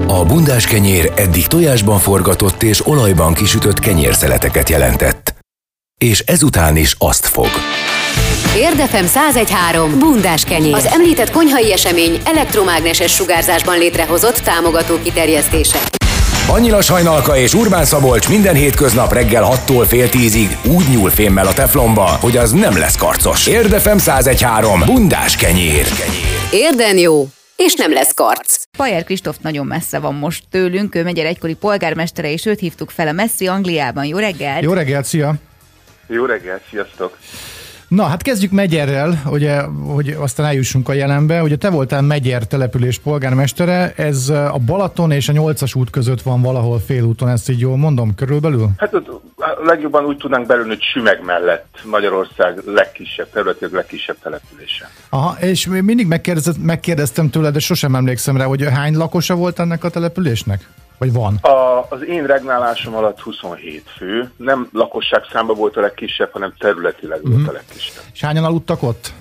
A bundás kenyér eddig tojásban forgatott és olajban kisütött kenyérszeleteket jelentett. És ezután is azt fog. Érdefem 101.3 bundás kenyér. Az említett konyhai esemény elektromágneses sugárzásban létrehozott támogató kiterjesztése. Annyila Sajnalka és Urbán Szabolcs minden hétköznap reggel 6-tól fél 10-ig úgy nyúl fémmel a teflonba, hogy az nem lesz karcos. Érdefem 101.3 bundás kenyér. Érden jó, és nem lesz karc. Pajer Kristóf nagyon messze van most tőlünk, ő megyer egykori polgármestere, és őt hívtuk fel a messzi Angliában. Jó reggelt! Jó reggelt, szia! Jó reggelt, sziasztok! Na, hát kezdjük Megyerrel, ugye, hogy aztán eljussunk a jelenbe. Ugye te voltál Megyer település polgármestere, ez a Balaton és a 8-as út között van valahol félúton, ezt így jól mondom, körülbelül? Hát legjobban úgy tudnánk belülni, hogy Sümeg mellett Magyarország legkisebb, területileg legkisebb települése. Aha, és mindig megkérdeztem tőled, de sosem emlékszem rá, hogy hány lakosa volt ennek a településnek? Vagy van? Az én regnálásom alatt 27 fő, nem lakosság számba volt a legkisebb, hanem területileg volt a legkisebb. És hányan aludtak ott?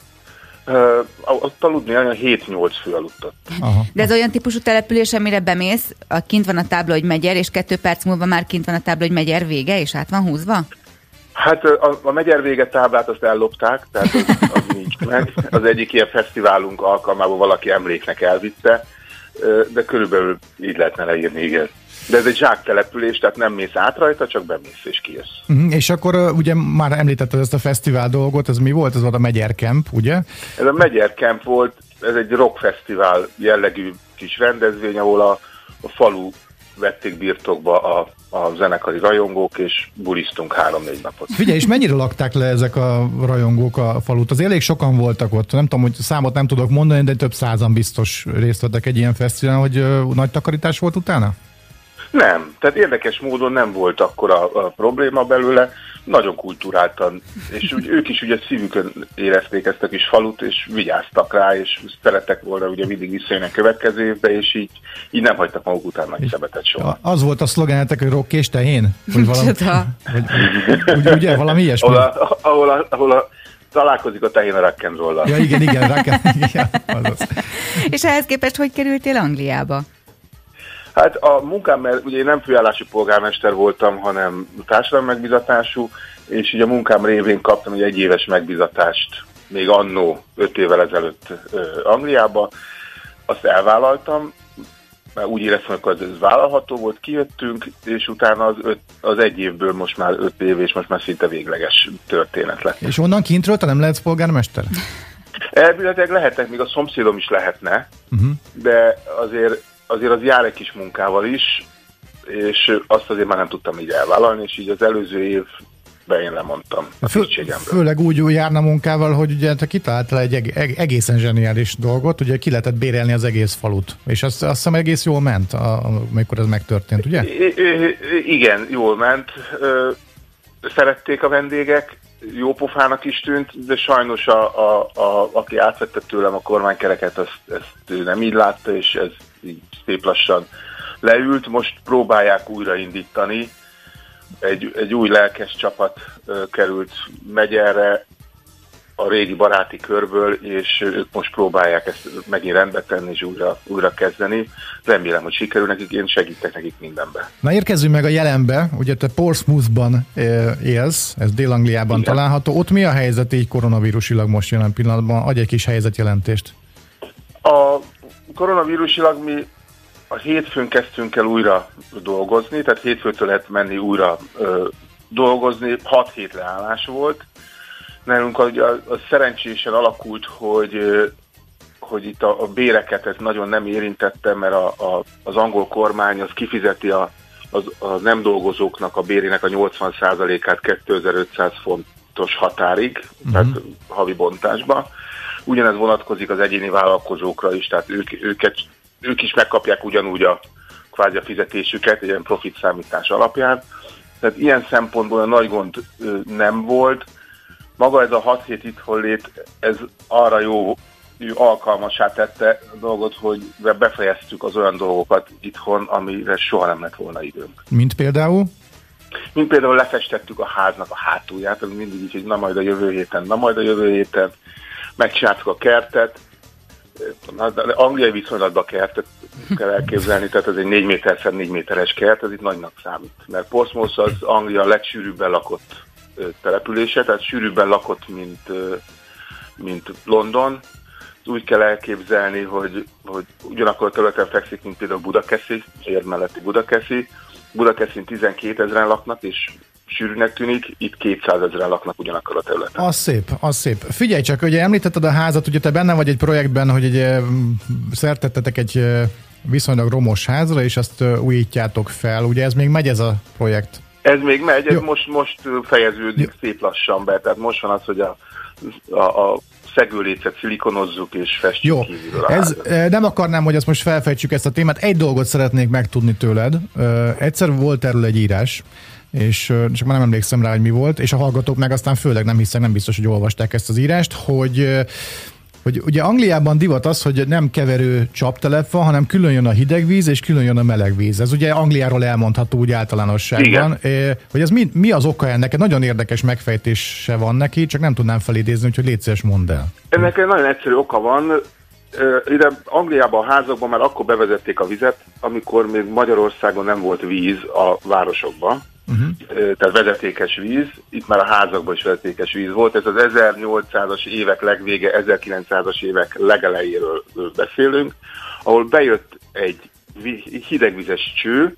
Ott aludni olyan 7-8 fő aludtott. Aha. De ez olyan típusú település, amire bemész, kint van a tábla, hogy Megyer, és 2 perc múlva már kint van a tábla, hogy Megyer vége, és át van húzva? Hát a Megyer vége táblát azt ellopták, tehát az nincs meg. Az egyik ilyen fesztiválunk alkalmában valaki emléknek elvitte, de körülbelül így lehetne leírni, igen. De ez egy zsáktelepülés, tehát nem mész át rajta, csak bemész és kijössz. És akkor ugye már említetted ezt a fesztivál dolgot, ez mi volt? Ez volt a Megyer Camp, ugye? Ez a Megyer Camp volt, ez egy rockfesztivál jellegű kis rendezvény, ahol a falu vették birtokba a zenekari rajongók, és bulisztunk 3-4 napot. Figyelj, és mennyire lakták le ezek a rajongók a falut? Az elég sokan voltak ott, nem tudom, hogy számot nem tudok mondani, de több százan biztos részt vettek egy ilyen fesztiválon, hogy nagy takarítás volt utána? Nem, tehát érdekes módon nem volt akkora a probléma belőle, nagyon kulturáltan, és ők is ugye szívükön érezték ezt a kis falut, és vigyáztak rá, és szerettek volna ugye mindig visszajönni a következő évbe, és így nem hagytak maguk után nagy szemetet soha. Az volt a szlogenetek, hogy rock és tehén? Ugye, valami ilyesmi? Ahol találkozik a tehén a rock'n'roll-al. Ja, igen, azaz. És ehhez képest hogy kerültél Angliába? Hát a munkám, mert ugye én nem főállási polgármester voltam, hanem társadalmi megbízatású, és ugye a munkám révén kaptam egy 1 éves megbízatást még annó 5 évvel ezelőtt Angliába. Azt elvállaltam, mert úgy éreztem, hogy ez vállalható volt, kijöttünk, és utána az 1 évből most már 5 év, és most már szinte végleges történet lett. És onnan kintről te nem lehetsz polgármester? Elméletileg lehetnek, még a szomszédom is lehetne, de azért az jár egy kis munkával is, és azt azért már nem tudtam így elvállalni, és így az előző évben én lemondtam a tisztségemből. Főleg úgy járna munkával, hogy ugye te kitaláltál egy egészen zseniális dolgot, ugye ki lehetett bérelni az egész falut, és azt hiszem egész jól ment, amikor ez megtörtént, ugye? Igen, jól ment. Szerették a vendégek, jó pofának is tűnt, de sajnos aki átvette tőlem a kormánykereket, ezt ő nem így látta, és ez így szép lassan leült. Most próbálják újraindítani. Egy új lelkes csapat került Megyerre a régi baráti körből, és ők most próbálják ezt megint rendbe tenni, és újra kezdeni. Remélem, hogy sikerül nekik, én segítek nekik mindenben. Na érkezzünk meg a jelenbe, ugye te Portsmouthban élsz, ez Dél-Angliában található. Ott mi a helyzet így koronavírusilag most jelen pillanatban? Adj egy kis helyzetjelentést. A koronavírusilag mi a hétfőn kezdtünk el újra dolgozni, tehát hétfőtől lehet menni újra dolgozni, 6 hét leállás volt. Nálunk az szerencsésen alakult, hogy itt a béreket ez nagyon nem érintette, mert az angol kormány az kifizeti a nem dolgozóknak a bérének a 80%-át 2500 fontos határig, tehát havi bontásban. Ugyanez vonatkozik az egyéni vállalkozókra is, tehát ők is megkapják ugyanúgy kvázi a fizetésüket, egy ilyen profit számítás alapján. Tehát ilyen szempontból a nagy gond nem volt. Maga ez a 6 hét itthonlét, ez arra jó alkalmassá tette a dolgot, hogy befejeztük az olyan dolgokat itthon, amire soha nem lett volna időnk. Mint például? Mint például lefestettük a háznak a hátulját, ami mindig így, hogy na majd a jövő héten, megcsináltuk a kertet, angliai viszonylatban kertet kell elképzelni, tehát ez egy 4 méter x 4 méteres kert, ez itt nagynak számít. Mert Portsmouth az Anglia legsűrűbben lakott települése, tehát sűrűbben lakott, mint London. Úgy kell elképzelni, hogy ugyanakkor a területen fekszik, mint például Budakeszi, érd melletti Budakeszi. Budakeszin 12 000 laknak, és sűrűnek tűnik, itt 200 000 laknak ugyanakkor a területen. Az szép. Figyelj csak, ugye említetted a házat, ugye te benne vagy egy projektben, hogy szertettetek egy viszonylag romos házra, és azt újítjátok fel. Ugye ez még megy ez a projekt? Ez még megy, ez most fejeződik szép lassan be, tehát most van az, hogy a szegőlécet szilikonozzuk és festjük kívülről a házat. Nem akarnám, hogy ezt most felfejtsük ezt a témát. Egy dolgot szeretnék megtudni tőled. Egyszer volt erről egy írás, és csak már nem emlékszem rá, hogy mi volt, és a hallgatók meg aztán főleg nem biztos, hogy olvasták ezt az írást, hogy ugye Angliában divat az, hogy nem keverő csaptelep van, hanem külön jön a hideg víz, és külön jön a meleg víz. Ez ugye Angliáról elmondható úgy általánosságban. Hogy ez mi az oka ennek? Nagyon érdekes megfejtése van neki, csak nem tudnám felidézni, hogy légy szíves, mondd el. Ennek egy nagyon egyszerű oka van. Ide Angliában a házakban már akkor bevezették a vizet, amikor még Magyarországon nem volt víz a városokban. Tehát vezetékes víz, itt már a házakban is vezetékes víz volt, ez az 1800-as évek legvége, 1900-as évek legelejéről beszélünk, ahol bejött egy hidegvizes cső,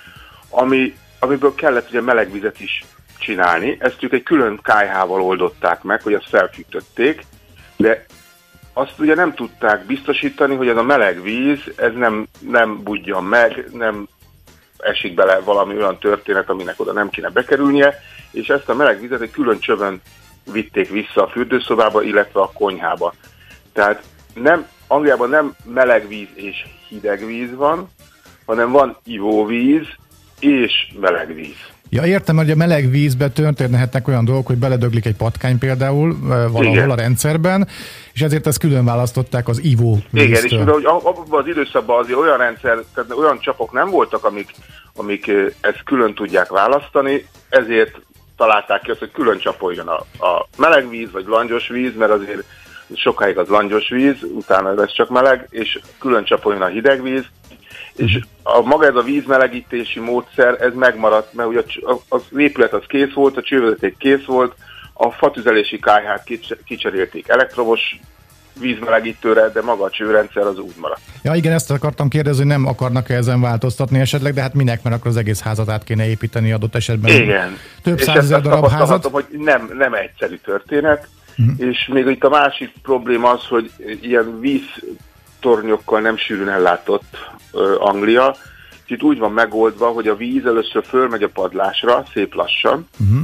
amiből kellett ugye melegvizet is csinálni, ezt ők egy külön kályhával oldották meg, hogy azt felfűtötték, de azt ugye nem tudták biztosítani, hogy ez a meleg víz, ez nem budjan meg, nem esik bele valami olyan történet, aminek oda nem kéne bekerülnie, és ezt a meleg vizet egy külön csövön vitték vissza a fürdőszobába, illetve a konyhába. Tehát Angliában nem meleg víz és hideg víz van, hanem van ivóvíz és meleg víz. Ja, értem, hogy a meleg vízbe történhetnek olyan dolgok, hogy beledöglik egy patkány például valahol a rendszerben, és ezért ezt külön választották az ivóvíztől. Igen, és mivel abban az időszakban azért olyan rendszer, tehát olyan csapok nem voltak, amik ezt külön tudják választani, ezért találták ki azt, hogy külön csapoljon a meleg víz, vagy langyos víz, mert azért sokáig az langyos víz, utána lesz csak meleg, és külön csapoljon a hideg víz, és maga ez a vízmelegítési módszer, ez megmaradt, mert ugye az épület az kész volt, a csővezeték kész volt, a fatüzelési kályhát kicserélték elektromos vízmelegítőre, de maga a csőrendszer az úgy maradt. Ja igen, ezt akartam kérdezni, hogy nem akarnak-e ezen változtatni esetleg, de hát minek, mert akkor az egész házat át kéne építeni adott esetben. Igen. Több százezer darab házat. Hogy nem egyszerű történet, és még itt a másik probléma az, hogy ilyen víztornyokkal nem sűrűn ellátott Anglia. Itt úgy van megoldva, hogy a víz először fölmegy a padlásra, szép lassan.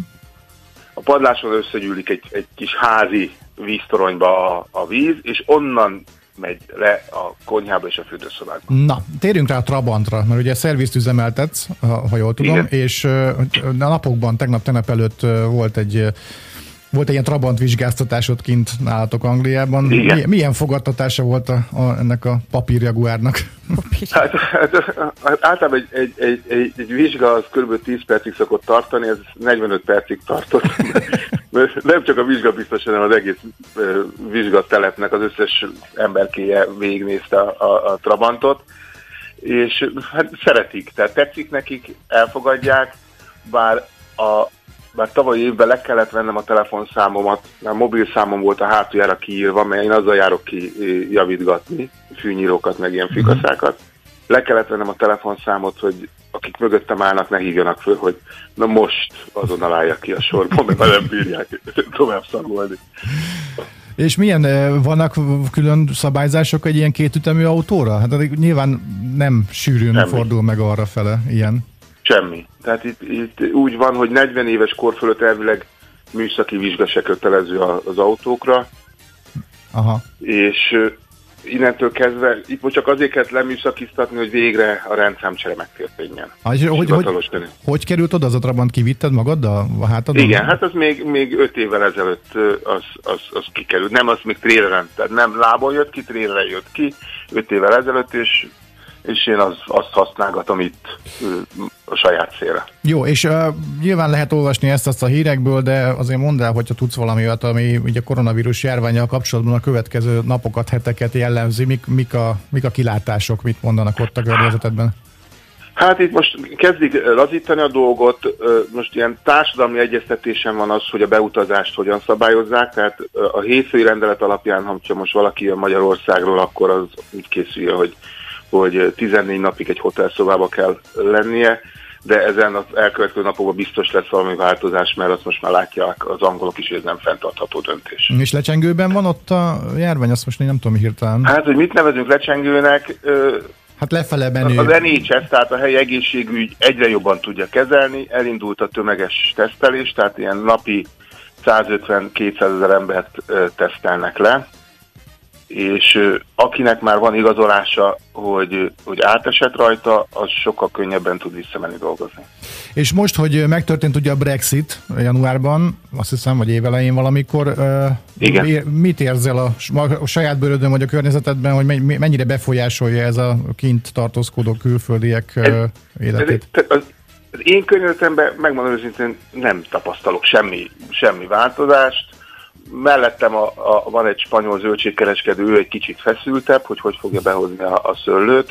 A padláson összegyűlik egy kis házi víztoronyba a víz, és onnan megy le a konyhába és a fürdőszobába. Na, térjünk rá a Trabantra, mert ugye szervizt üzemeltetsz, ha jól tudom, igen. És a napokban, tegnap előtt volt egy ilyen Trabant vizsgáztatásod kint nálatok Angliában. Milyen fogadtatása volt ennek a papírjaguárnak? Hát, általában egy vizsga az kb. 10 percig szokott tartani, ez 45 percig tartott. Nem csak a vizsga biztosan, hanem az egész vizsgatelepnek az összes emberkéje végignézte a Trabantot, és hát szeretik, tehát tetszik nekik, elfogadják, bár tavaly évben le kellett vennem a telefonszámomat, mert mobilszámom volt a hátuljára kiírva, mert én azzal járok ki javítgatni fűnyírókat, meg ilyen fűkaszákat. Le kellett vennem a telefonszámot, hogy akik mögöttem állnak, ne hívjanak föl, hogy na most azonnal álljak ki a sorban, mert nem bírják tovább szagolni. És milyen, vannak külön szabályzások egy ilyen kétütemű autóra? Hát nyilván nem sűrűn fordul meg arra fele ilyen. Semmi. Tehát itt úgy van, hogy 40 éves kor fölött elvileg műszaki vizsga se kötelező az autókra. Aha. És innentől kezdve, itt most csak azért kellett leműszakiztatni, hogy végre a rendszámcsere megtörténjen. Hogy került oda az a Trabant, kivitted magaddal a hátadon? Igen, hát az még 5 évvel ezelőtt az kikerült. Nem, az még tréleren, tehát nem lábon jött ki, tréleren jött ki 5 évvel ezelőtt, és és én azt használgatom itt a saját célra. Jó, és nyilván lehet olvasni ezt a hírekből, de azért mondd el, hogyha tudsz valami olyat, ami ugye a koronavírus járvánnyal kapcsolatban a következő napokat, heteket jellemzi. Mik a kilátások, mit mondanak ott a környezetedben? Hát itt most kezdik lazítani a dolgot, most ilyen társadalmi egyeztetésen van az, hogy a beutazást hogyan szabályozzák, tehát a hétfői rendelet alapján, ha most valaki jön Magyarországról, akkor az úgy készül, hogy 14 napig egy hotelszobába kell lennie, de ezen az elkövetkező napokban biztos lesz valami változás, mert azt most már látják az angolok is, hogy ez nem fenntartható döntés. És lecsengőben van ott a járvány? Azt most én nem tudom hirtelen. Hát, hogy mit nevezünk lecsengőnek? Hát lefele menő. Az NHS, tehát a helyi egészségügy egyre jobban tudja kezelni, elindult a tömeges tesztelés, tehát ilyen napi 150-200 ezer embert tesztelnek le, és akinek már van igazolása, hogy átesett rajta, az sokkal könnyebben tud visszamenni dolgozni. És most, hogy megtörtént ugye a Brexit januárban, azt hiszem, vagy évelején valamikor, mit érzel a saját bőrödön, vagy a környezetedben, hogy mennyire befolyásolja ez a kint tartózkodó külföldiek életét? Az én környezetemben, megmondom őszintén, nem tapasztalok semmi változást. Mellettem van egy spanyol zöldségkereskedő, ő egy kicsit feszültebb, hogy fogja behozni a szőlőt,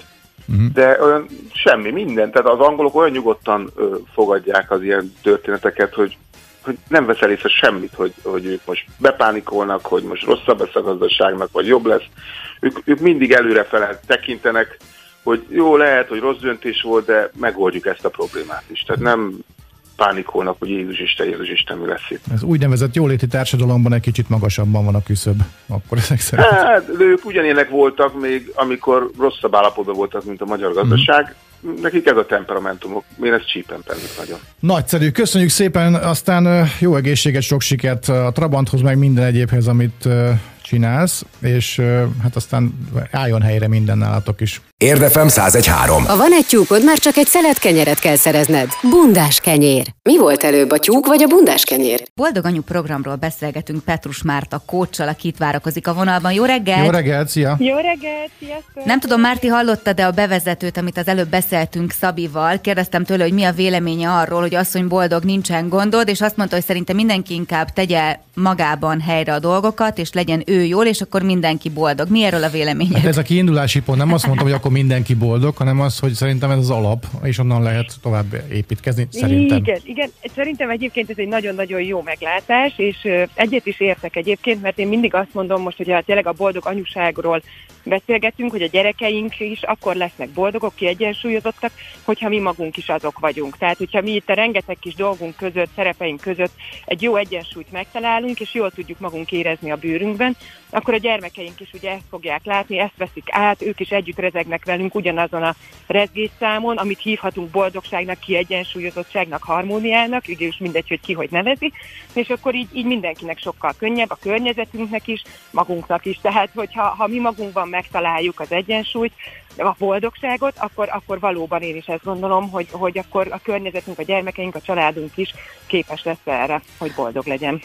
de olyan semmi, minden. Tehát az angolok olyan nyugodtan fogadják az ilyen történeteket, hogy nem veszel észre semmit, hogy ők most bepánikolnak, hogy most rosszabb lesz a gazdaságnak, vagy jobb lesz. Ők mindig előrefele tekintenek, hogy jó, lehet, hogy rossz döntés volt, de megoldjuk ezt a problémát is. Tehát nem pánikolnak, hogy Jézus Isten, mi lesz itt. Ez úgynevezett jóléti társadalomban egy kicsit magasabban van a küszöb, akkor ezek szerint. Hát, ők ugyanilyenek voltak még, amikor rosszabb állapotban voltak, mint a magyar gazdaság. Nekik ez a temperamentumok. Én ezt csípen pennék nagyon. Nagyszerű, köszönjük szépen, aztán jó egészséget, sok sikert a Trabanthoz, meg minden egyébhez, amit csinálsz, és hát aztán álljon helyre minden nálatok is. Érdefem 101.3. Ha van egy tyúkod, már csak egy szelet kenyeret kell szerezned. Bundás kenyér. Mi volt előbb, a tyúk vagy a bundás kenyér? Boldog Anyu programról beszélgetünk Petrus Márta coachsal, aki itt várakozik a vonalban. Jó reggelt! Jó reggelt, szia! Jó reggelt, sziasztok! Nem tudom, Márti, hallottad-e a bevezetőt, amit az előbb beszéltünk Szabival? Kérdeztem tőle, hogy mi a véleménye arról, hogy asszony boldog, nincsen gondod, és azt mondta, hogy szerintem mindenki inkább tegye magában helyre a dolgokat, és legyen ő jól, és akkor mindenki boldog. Mi erről a véleményed? Hát ez a kiindulási pont, nem azt mondtam, hogy akkor mindenki boldog, hanem az, hogy szerintem ez az alap, és onnan lehet tovább építkezni, szerintem. Igen, szerintem egyébként ez egy nagyon-nagyon jó meglátás, és egyet is értek egyébként, mert én mindig azt mondom most, hogy tényleg a boldog anyuságról beszélgetünk, hogy a gyerekeink is akkor lesznek boldogok, kiegyensúlyozottak, hogyha mi magunk is azok vagyunk. Tehát, hogyha mi itt a rengeteg kis dolgunk között, szerepeink között egy jó egyensúlyt megtalálunk, és jól tudjuk magunk érezni a bőrünkben, akkor a gyermekeink is ugye ezt fogják látni, ezt veszik át, ők is együtt rezegnek velünk ugyanazon a rezgésszámon, amit hívhatunk boldogságnak, kiegyensúlyozottságnak, harmóniának, ugye is mindegy, hogy ki hogy nevezi, és akkor így mindenkinek sokkal könnyebb, a környezetünknek is, magunknak is. Tehát, hogyha mi magunkban megtaláljuk az egyensúlyt, a boldogságot, akkor valóban én is ezt gondolom, hogy akkor a környezetünk, a gyermekeink, a családunk is képes lesz erre, hogy boldog legyen.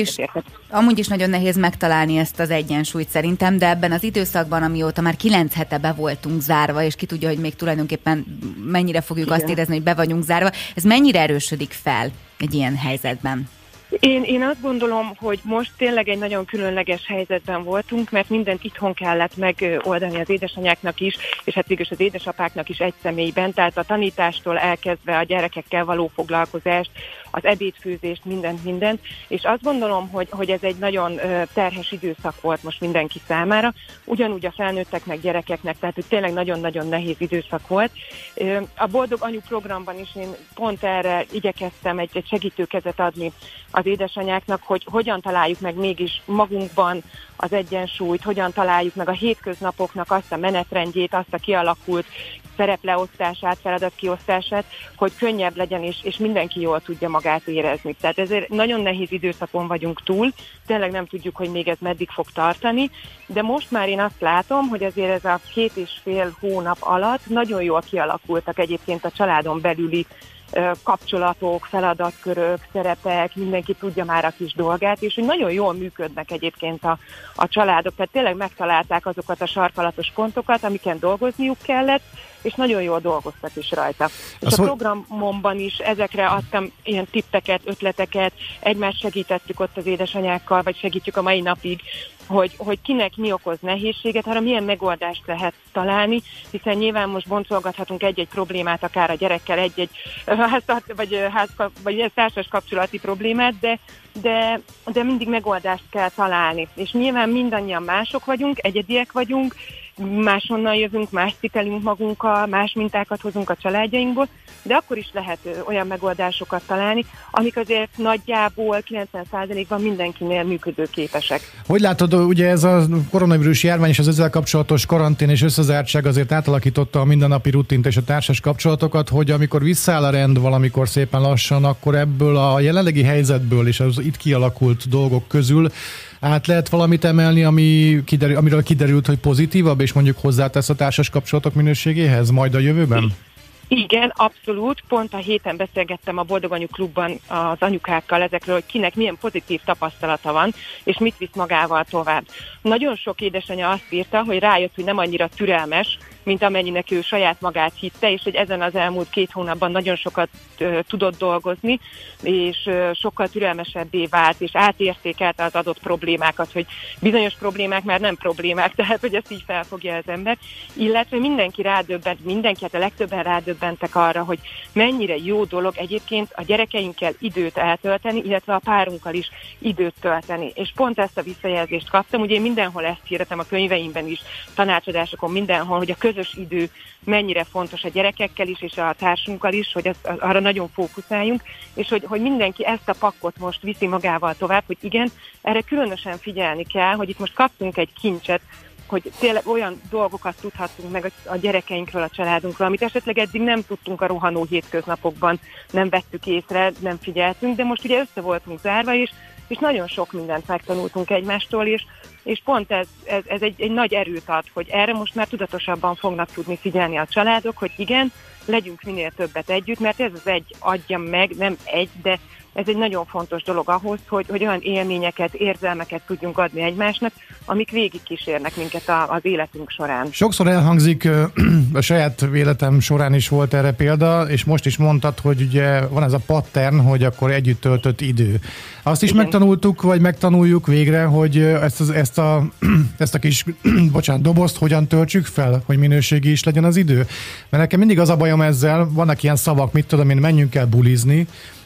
Amúgy is nagyon nehéz megtalálni ezt az egyensúlyt szerintem, de ebben az időszakban, amióta már 9 hete be voltunk zárva, és ki tudja, hogy még tulajdonképpen mennyire fogjuk azt érezni, hogy be vagyunk zárva, ez mennyire erősödik fel egy ilyen helyzetben? Én azt gondolom, hogy most tényleg egy nagyon különleges helyzetben voltunk, mert mindent itthon kellett megoldani az édesanyáknak is, és hát végülis az édesapáknak is egy személyben, tehát a tanítástól elkezdve a gyerekekkel való foglalkozást, az ebédfőzést, mindent, és azt gondolom, hogy ez egy nagyon terhes időszak volt most mindenki számára, ugyanúgy a felnőtteknek, gyerekeknek, tehát hogy tényleg nagyon-nagyon nehéz időszak volt. A Boldog Anyu programban is én pont erre igyekeztem egy segítőkezet adni az édesanyáknak, hogy hogyan találjuk meg mégis magunkban az egyensúlyt, hogyan találjuk meg a hétköznapoknak azt a menetrendjét, azt a kialakult szerepleosztását, feladatkiosztását, hogy könnyebb legyen, és mindenki jól tudja magát érezni. Tehát ezért nagyon nehéz időszakon vagyunk túl, tényleg nem tudjuk, hogy még ez meddig fog tartani, de most már én azt látom, hogy azért ez a 2,5 hónap alatt nagyon jól kialakultak egyébként a családon belüli kapcsolatok, feladatkörök, szerepek, mindenki tudja már a kis dolgát, és hogy nagyon jól működnek egyébként a családok, tehát tényleg megtalálták azokat a sarkalatos pontokat, amiken dolgozniuk kellett, és nagyon jól dolgoztak is rajta. És a programomban is ezekre adtam ilyen tippeket, ötleteket, egymást segítettük ott az édesanyákkal, vagy segítjük a mai napig, hogy kinek mi okoz nehézséget, arra milyen megoldást lehet találni, hiszen nyilván most boncolgathatunk egy-egy problémát, akár a gyerekkel egy-egy vagy társas kapcsolati problémát, de mindig megoldást kell találni. És nyilván mindannyian mások vagyunk, egyediek vagyunk, máshonnan jövünk, más cipelünk magunkkal, más mintákat hozunk a családjainkból, de akkor is lehet olyan megoldásokat találni, amik azért nagyjából 90%-ban mindenkinél működőképesek. Hogy látod, ugye ez a koronavírus járvány és az ezzel kapcsolatos karantén és összezártság azért átalakította a mindennapi rutint és a társas kapcsolatokat, hogy amikor visszaáll a rend valamikor szépen lassan, akkor ebből a jelenlegi helyzetből és az itt kialakult dolgok közül át lehet valamit emelni, amiről kiderült, hogy pozitívabb, és mondjuk hozzátesz a társas kapcsolatok minőségéhez majd a jövőben? Igen, abszolút. Pont a héten beszélgettem a Boldog Anyu Klubban az anyukákkal ezekről, hogy kinek milyen pozitív tapasztalata van, és mit visz magával tovább. Nagyon sok édesanyja azt írta, hogy rájött, hogy nem annyira türelmes, mint amennyinek ő saját magát hitte, és hogy ezen az elmúlt 2 hónapban nagyon sokat tudott dolgozni, és sokkal türelmesebbé vált, és átértékelte az adott problémákat, hogy bizonyos problémák már nem problémák, tehát hogy ezt így felfogja az ember. Illetve mindenki rádöbbent, hát a legtöbben rádöbbentek arra, hogy mennyire jó dolog egyébként a gyerekeinkkel időt eltölteni, illetve a párunkkal is időt tölteni. És pont ezt a visszajelzést kaptam, ugye én mindenhol ezt hirdettem a könyveimben is, tanácsadásokon mindenhol, hogy a közös idő mennyire fontos a gyerekekkel is, és a társunkkal is, hogy arra nagyon fókuszáljunk, és hogy mindenki ezt a pakkot most viszi magával tovább, hogy igen, erre különösen figyelni kell, hogy itt most kaptunk egy kincset, hogy tényleg olyan dolgokat tudhattunk meg a gyerekeinkről, a családunkról, amit esetleg eddig nem tudtunk a rohanó hétköznapokban, nem vettük észre, nem figyeltünk, de most ugye össze voltunk zárva, és nagyon sok mindent megtanultunk egymástól, és pont ez egy nagy erőt ad, hogy erre most már tudatosabban fognak tudni figyelni a családok, hogy igen, legyünk minél többet együtt, mert ez az egy adja meg, nem egy, de ez egy nagyon fontos dolog ahhoz, hogy olyan élményeket, érzelmeket tudjunk adni egymásnak, amik végigkísérnek minket az életünk során. Sokszor elhangzik, a saját életem során is volt erre példa, és most is mondtad, hogy ugye van ez a pattern, hogy akkor együtt töltött idő. Azt is megtanultuk, vagy megtanuljuk végre, hogy ezt a kis dobozt hogyan töltsük fel, hogy minőségi is legyen az idő? Mert nekem mindig az a bajom ezzel, vannak ilyen szavak, mit tudom én, menjünk el bulizni,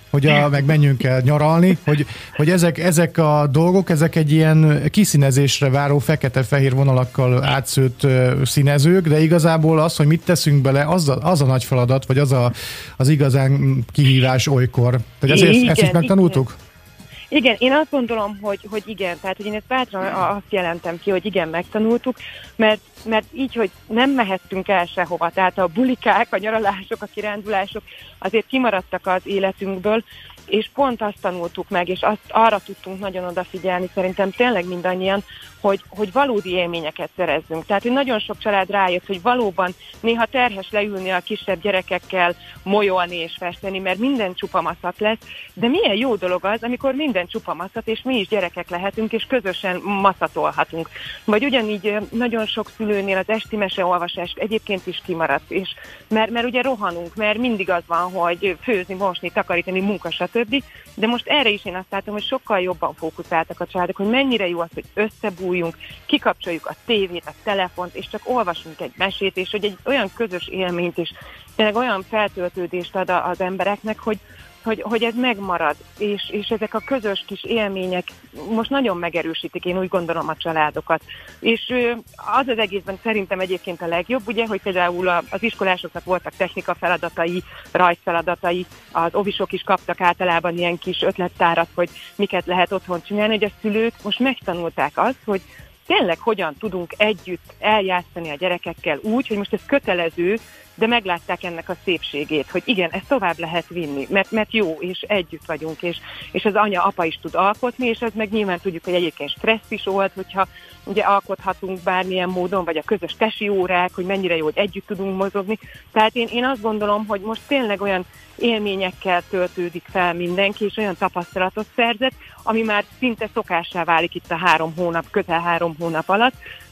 meg menjünk el nyaralni, hogy ezek a dolgok, ezek egy ilyen kiszínezésre váró fekete-fehér vonalakkal átszőtt színezők, de igazából az, hogy mit teszünk bele, az a nagy feladat, vagy az igazán kihívás olykor. Tehát ezt is megtanultuk? Igen, én azt gondolom, hogy igen, tehát hogy én ezt bátran azt jelentem ki, hogy igen, megtanultuk, mert így, hogy nem mehettünk el sehova, tehát a bulikák, a nyaralások, a kirándulások azért kimaradtak az életünkből, és pont azt tanultuk meg, és arra tudtunk nagyon odafigyelni, szerintem tényleg mindannyian, hogy valódi élményeket szerezzünk. Tehát, hogy nagyon sok család rájött, hogy valóban néha terhes leülni a kisebb gyerekekkel, molyolni és festeni, mert minden csupa maszat lesz, de milyen jó dolog az, amikor minden csupa maszat, és mi is gyerekek lehetünk, és közösen maszatolhatunk. Vagy ugyanígy nagyon sok szülőnél az esti meseolvasás egyébként is kimaradt, és mert ugye rohanunk, mert mindig az van, hogy főzni, mosni, takarítani, munka, stb. De most erre is én azt látom, hogy sokkal jobban fókuszáltak a családok, hogy mennyire jó az, hogy összebújjunk, kikapcsoljuk a tévét, a telefont, és csak olvasunk egy mesét, és hogy egy olyan közös élményt és tényleg olyan feltöltődést ad az embereknek, hogy ez megmarad, és ezek a közös kis élmények most nagyon megerősítik, én úgy gondolom, a családokat. És az egészben szerintem egyébként a legjobb, ugye, hogy például az iskolásoknak voltak technika feladatai, rajzfeladatai, az ovisok is kaptak általában ilyen kis ötlettárat, hogy miket lehet otthon csinálni, hogy a szülők most megtanulták azt, hogy tényleg hogyan tudunk együtt eljátszani a gyerekekkel úgy, hogy most ez kötelező, de meglátták ennek a szépségét, hogy igen, ezt tovább lehet vinni, mert jó, és együtt vagyunk, és az anya-apa is tud alkotni, és ez meg nyilván tudjuk, hogy egyébként stressz is volt, hogyha ugye alkothatunk bármilyen módon, vagy a közös tesi órák, hogy mennyire jó, hogy együtt tudunk mozogni. Tehát én azt gondolom, hogy most tényleg olyan élményekkel töltődik fel mindenki, és olyan tapasztalatot szerzett, ami már szinte szokássá válik itt a közel 3 hónap alatt,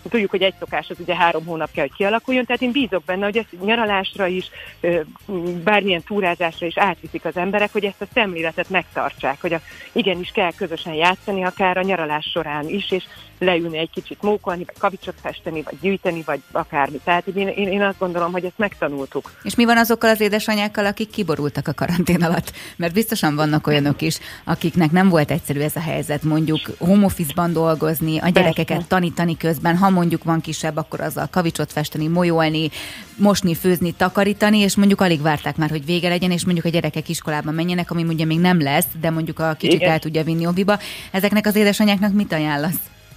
Tudjuk, hogy egy szokás az ugye 3 hónap kell, hogy kialakuljon, tehát én bízok benne, hogy ezt nyaralásra is, bármilyen túrázásra is átviszik az emberek, hogy ezt a szemléletet megtartsák, hogy igenis kell közösen játszani, akár a nyaralás során is, és leülni egy kicsit mókolni, vagy kavicsot festeni, vagy gyűjteni, vagy akármi. Tehát én azt gondolom, hogy ezt megtanultuk. És mi van azokkal az édesanyákkal, akik kiborultak a karantén alatt? Mert biztosan vannak olyanok is, akiknek nem volt egyszerű ez a helyzet, mondjuk home office-ban dolgozni, a gyerekeket tanítani közben, ha mondjuk van kisebb, akkor azzal kavicsot festeni, molyolni, mosni, főzni, takarítani, és mondjuk alig várták már, hogy vége legyen, és mondjuk a gyerekek iskolába menjenek, ami ugye még nem lesz, de mondjuk a kicsit el tudja vinni oviba. Ezeknek az édesanyáknak mit ajánlasz?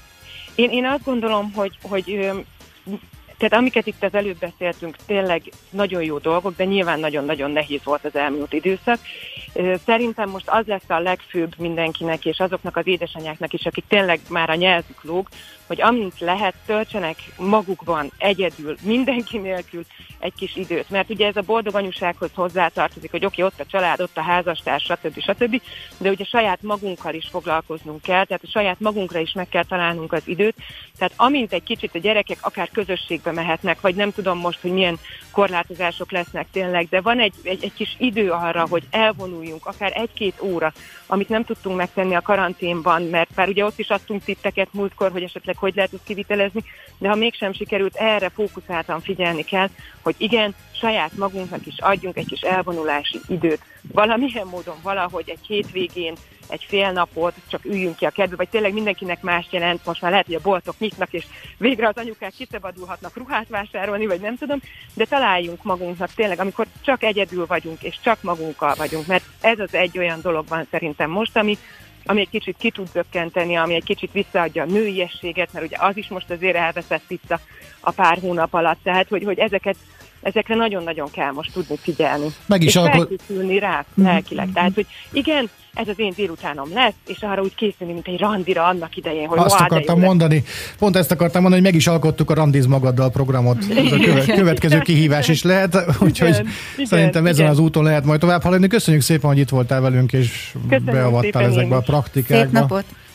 Én azt gondolom, hogy tehát amiket itt az előbb beszéltünk, tényleg nagyon jó dolgok, de nyilván nagyon-nagyon nehéz volt az elmúlt időszak. Szerintem most az lesz a legfőbb mindenkinek, és azoknak az édesanyáknak is, akik tényleg már a nyelvük lóg, hogy amint lehet, töltsenek magukban egyedül, mindenki nélkül egy kis időt. Mert ugye ez a boldog anyusághoz hozzátartozik, hogy oké, ott a család, ott a házastárs, stb., de ugye saját magunkkal is foglalkoznunk kell, tehát a saját magunkra is meg kell találnunk az időt. Tehát amint egy kicsit a gyerekek akár közösségbe mehetnek, vagy nem tudom most, hogy milyen korlátozások lesznek tényleg, de van egy kis idő arra, hogy elvonuljunk, akár 1-2 óra, amit nem tudtunk megtenni a karanténban, mert bár ugye ott is adtunk tippeket múltkor, hogy esetleg hogy lehet ezt kivitelezni, de ha mégsem sikerült, erre fókuszáltan figyelni kell, hogy igen, saját magunknak is adjunk egy kis elvonulási időt. Valamilyen módon, valahogy egy hétvégén, egy fél napot, csak üljünk ki a kertbe, vagy tényleg mindenkinek más jelent, most már lehet, hogy a boltok nyitnak, és végre az anyukák kiszabadulhatnak ruhát vásárolni, vagy nem tudom, de találjunk magunknak tényleg, amikor csak egyedül vagyunk, és csak magunkkal vagyunk, mert ez az egy olyan dolog van szerintem most, ami egy kicsit ki tud zökkenteni, ami egy kicsit visszaadja a nőiességet, mert ugye az is most azért elveszett itt a pár hónap alatt, tehát hogy ezekre nagyon-nagyon kell most tudni figyelni. És felkészülni rá lelkileg. Tehát, hogy igen, ez az én délutánom lesz, és arra úgy készülni, mint egy randira annak idején, hogy azt akartam mondani, pont ezt akartam mondani, hogy meg is alkottuk a Randiz magaddal programot. Ez a következő kihívás is lehet, úgyhogy szerintem ezen az úton lehet majd tovább haladni. Köszönjük szépen, hogy itt voltál velünk, és beavattál ezekbe a praktikákba. Szép napot!